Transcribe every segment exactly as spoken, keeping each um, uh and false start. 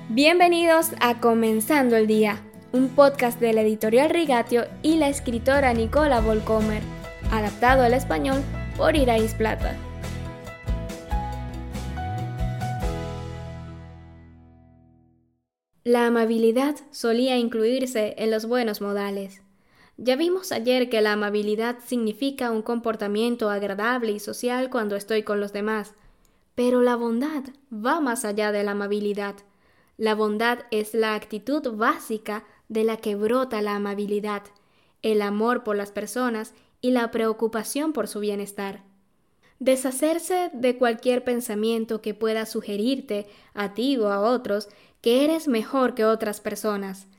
Bienvenidos a Comenzando el Día, un podcast de la editorial Rigatio y la escritora Nicola Volcomer, adaptado al español por Irais Plata. La amabilidad solía incluirse en los buenos modales. Ya vimos ayer que la amabilidad significa un comportamiento agradable y social cuando estoy con los demás, pero la bondad va más allá de la amabilidad. La bondad es la actitud básica de la que brota la amabilidad, el amor por las personas y la preocupación por su bienestar. Deshacerse de cualquier pensamiento que pueda sugerirte a ti o a otros que eres mejor que otras personas.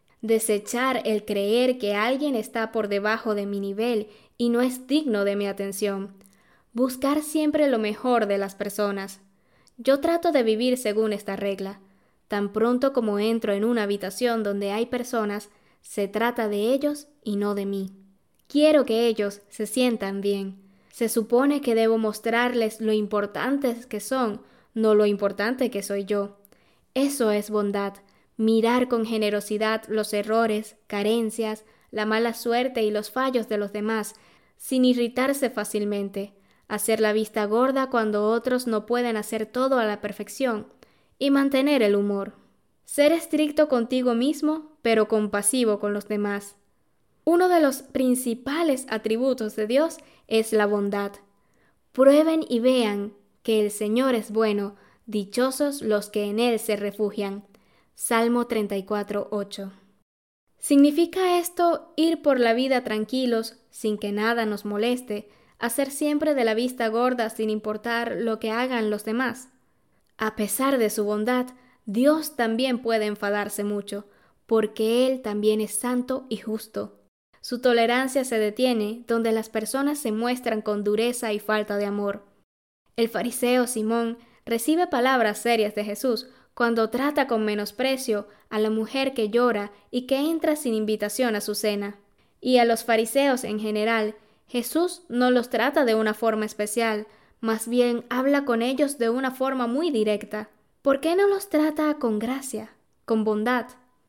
Desechar el creer que alguien está por debajo de mi nivel y no es digno de mi atención. Buscar siempre lo mejor de las personas. Yo trato de vivir según esta regla. Tan pronto como entro en una habitación donde hay personas, se trata de ellos y no de mí. Quiero que ellos se sientan bien. Se supone que debo mostrarles lo importantes que son, no lo importante que soy yo. Eso es bondad, mirar con generosidad los errores, carencias, la mala suerte y los fallos de los demás, sin irritarse fácilmente, hacer la vista gorda cuando otros no pueden hacer todo a la perfección, y mantener el humor. Ser estricto contigo mismo, pero compasivo con los demás. Uno de los principales atributos de Dios es la bondad. Prueben y vean que el Señor es bueno, dichosos los que en Él se refugian. Salmo treinta y cuatro, ocho. ¿Significa esto ir por la vida tranquilos, sin que nada nos moleste, hacer siempre de la vista gorda sin importar lo que hagan los demás? A pesar de su bondad, Dios también puede enfadarse mucho, porque Él también es santo y justo. Su tolerancia se detiene donde las personas se muestran con dureza y falta de amor. El fariseo Simón recibe palabras serias de Jesús cuando trata con menosprecio a la mujer que llora y que entra sin invitación a su cena. Y a los fariseos en general, Jesús no los trata de una forma especial, más bien habla con ellos de una forma muy directa. ¿Por qué no los trata con gracia, con bondad?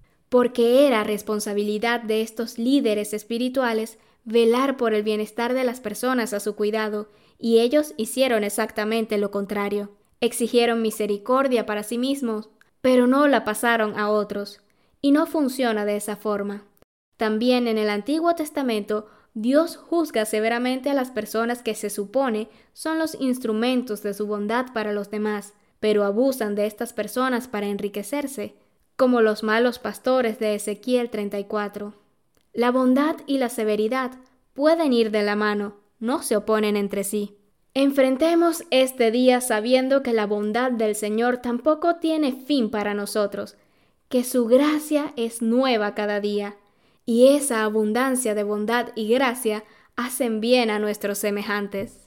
Porque era responsabilidad de estos líderes espirituales velar por el bienestar de las personas a su cuidado, y ellos hicieron exactamente lo contrario. Exigieron misericordia para sí mismos, pero no la pasaron a otros, y no funciona de esa forma. También en el Antiguo Testamento, Dios juzga severamente a las personas que se supone son los instrumentos de su bondad para los demás, pero abusan de estas personas para enriquecerse, como los malos pastores de Ezequiel treinta y cuatro. La bondad y la severidad pueden ir de la mano, no se oponen entre sí. Enfrentemos este día sabiendo que la bondad del Señor tampoco tiene fin para nosotros, que su gracia es nueva cada día, y esa abundancia de bondad y gracia hacen bien a nuestros semejantes.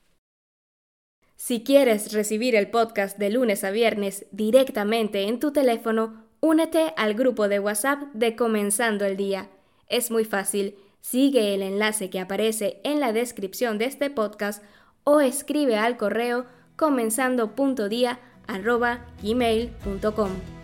Si quieres recibir el podcast de lunes a viernes directamente en tu teléfono, únete al grupo de WhatsApp de Comenzando el Día. Es muy fácil, sigue el enlace que aparece en la descripción de este podcast o escribe al correo comenzando punto dia arroba gmail punto com.